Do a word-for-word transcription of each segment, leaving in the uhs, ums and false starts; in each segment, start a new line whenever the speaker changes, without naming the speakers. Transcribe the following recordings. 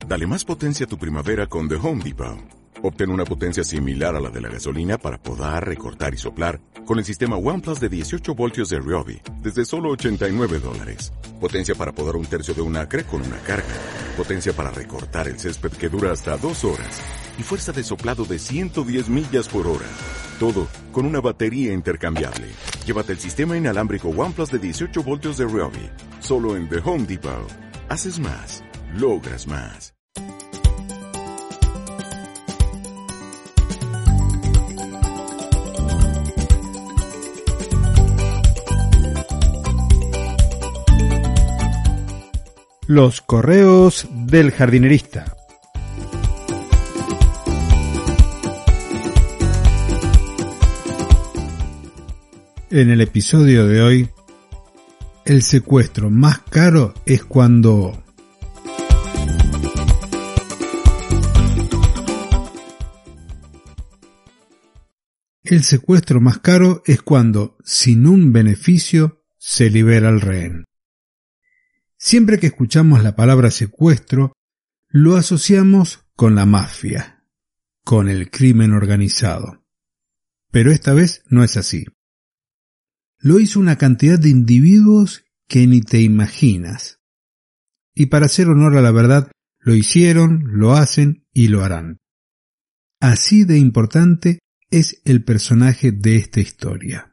Dale más potencia a tu primavera con The Home Depot. Obtén una potencia similar a la de la gasolina para podar, recortar y soplar con el sistema OnePlus de dieciocho voltios de Ryobi desde solo ochenta y nueve dólares. Potencia para podar un tercio de un acre con una carga. Potencia para recortar el césped que dura hasta dos horas. Y fuerza de soplado de ciento diez millas por hora. Todo con una batería intercambiable. Llévate el sistema inalámbrico OnePlus de dieciocho voltios de Ryobi. Solo en The Home Depot. Haces más. Logras más.
Los correos del jardinerista. En el episodio de hoy, el secuestro más caro es cuando... El secuestro más caro es cuando, sin un beneficio, se libera al rehén. Siempre que escuchamos la palabra secuestro, lo asociamos con la mafia, con el crimen organizado. Pero esta vez no es así. Lo hizo una cantidad de individuos que ni te imaginas. Y para hacer honor a la verdad, lo hicieron, lo hacen y lo harán. Así de importante es el personaje de esta historia.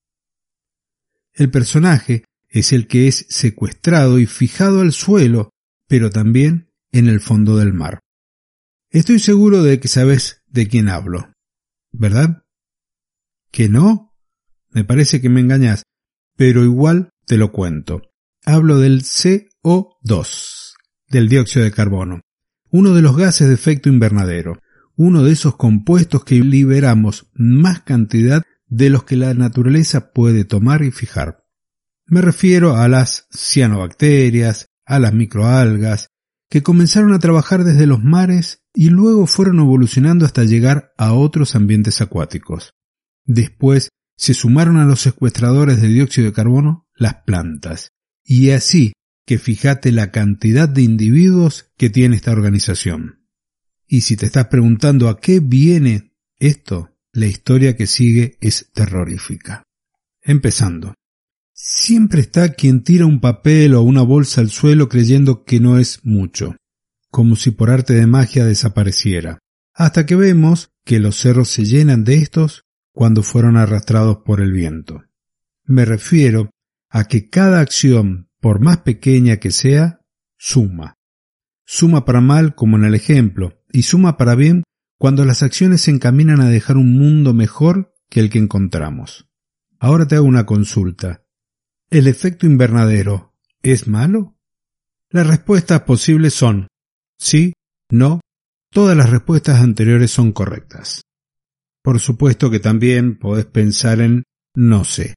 El personaje es el que es secuestrado y fijado al suelo, pero también en el fondo del mar. Estoy seguro de que sabes de quién hablo, ¿verdad? ¿Que no? Me parece que me engañas, pero igual te lo cuento. Hablo del C O dos, del dióxido de carbono, uno de los gases de efecto invernadero, uno de esos compuestos que liberamos más cantidad de los que la naturaleza puede tomar y fijar. Me refiero a las cianobacterias, a las microalgas, que comenzaron a trabajar desde los mares y luego fueron evolucionando hasta llegar a otros ambientes acuáticos. Después se sumaron a los secuestradores de dióxido de carbono las plantas. Y así que fíjate la cantidad de individuos que tiene esta organización. Y si te estás preguntando a qué viene esto, la historia que sigue es terrorífica. Empezando. Siempre está quien tira un papel o una bolsa al suelo creyendo que no es mucho, como si por arte de magia desapareciera, hasta que vemos que los cerros se llenan de estos cuando fueron arrastrados por el viento. Me refiero a que cada acción, por más pequeña que sea, suma. Suma para mal, como en el ejemplo, y suma para bien cuando las acciones se encaminan a dejar un mundo mejor que el que encontramos. Ahora te hago una consulta. ¿El efecto invernadero es malo? Las respuestas posibles son sí, no, todas las respuestas anteriores son correctas. Por supuesto que también podés pensar en no sé.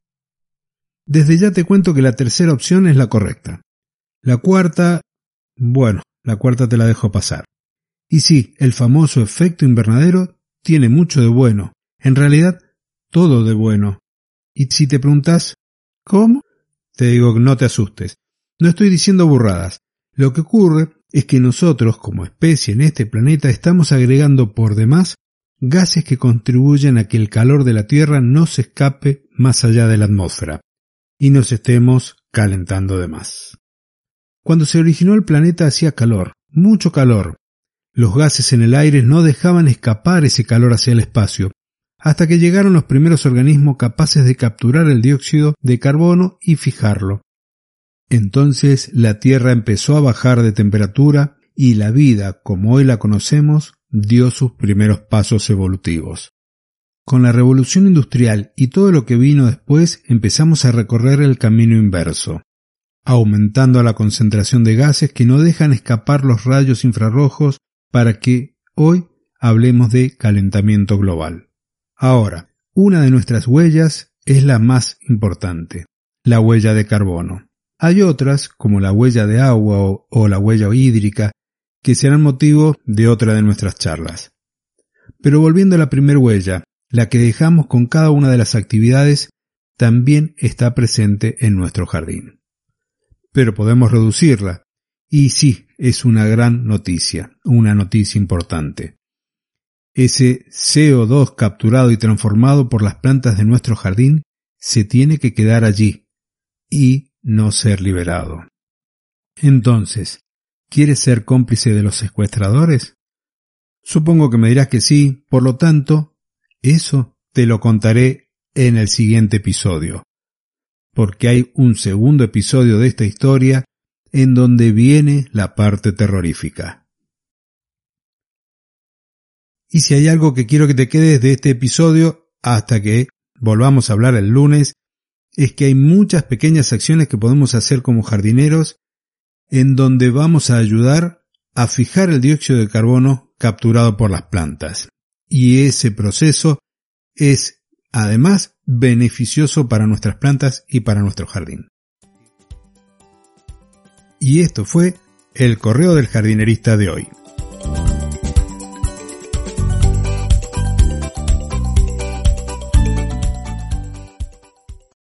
Desde ya te cuento que la tercera opción es la correcta. La cuarta, bueno, la cuarta te la dejo pasar. Y sí, el famoso efecto invernadero tiene mucho de bueno, en realidad todo de bueno. Y si te preguntas, ¿cómo? Te digo que no te asustes. No estoy diciendo burradas. Lo que ocurre es que nosotros, como especie en este planeta, estamos agregando por demás gases que contribuyen a que el calor de la Tierra no se escape más allá de la atmósfera y nos estemos calentando de más. Cuando se originó el planeta hacía calor, mucho calor. Los gases en el aire no dejaban escapar ese calor hacia el espacio, hasta que llegaron los primeros organismos capaces de capturar el dióxido de carbono y fijarlo. Entonces la Tierra empezó a bajar de temperatura y la vida, como hoy la conocemos, dio sus primeros pasos evolutivos. Con la revolución industrial y todo lo que vino después empezamos a recorrer el camino inverso, aumentando la concentración de gases que no dejan escapar los rayos infrarrojos para que hoy hablemos de calentamiento global. Ahora, una de nuestras huellas es la más importante, la huella de carbono. Hay otras, como la huella de agua o, o la huella hídrica, que serán motivo de otra de nuestras charlas. Pero volviendo a la primer huella, la que dejamos con cada una de las actividades, también está presente en nuestro jardín. Pero podemos reducirla, Y sí, es una gran noticia, una noticia importante. Ese C O dos capturado y transformado por las plantas de nuestro jardín se tiene que quedar allí y no ser liberado. Entonces, ¿quieres ser cómplice de los secuestradores? Supongo que me dirás que sí, por lo tanto, eso te lo contaré en el siguiente episodio, porque hay un segundo episodio de esta historia en donde viene la parte terrorífica. Y si hay algo que quiero que te quedes de este episodio hasta que volvamos a hablar el lunes, es que hay muchas pequeñas acciones que podemos hacer como jardineros en donde vamos a ayudar a fijar el dióxido de carbono capturado por las plantas. Y ese proceso es, además, beneficioso para nuestras plantas y para nuestro jardín. Y esto fue el Correo del Jardinerista de hoy.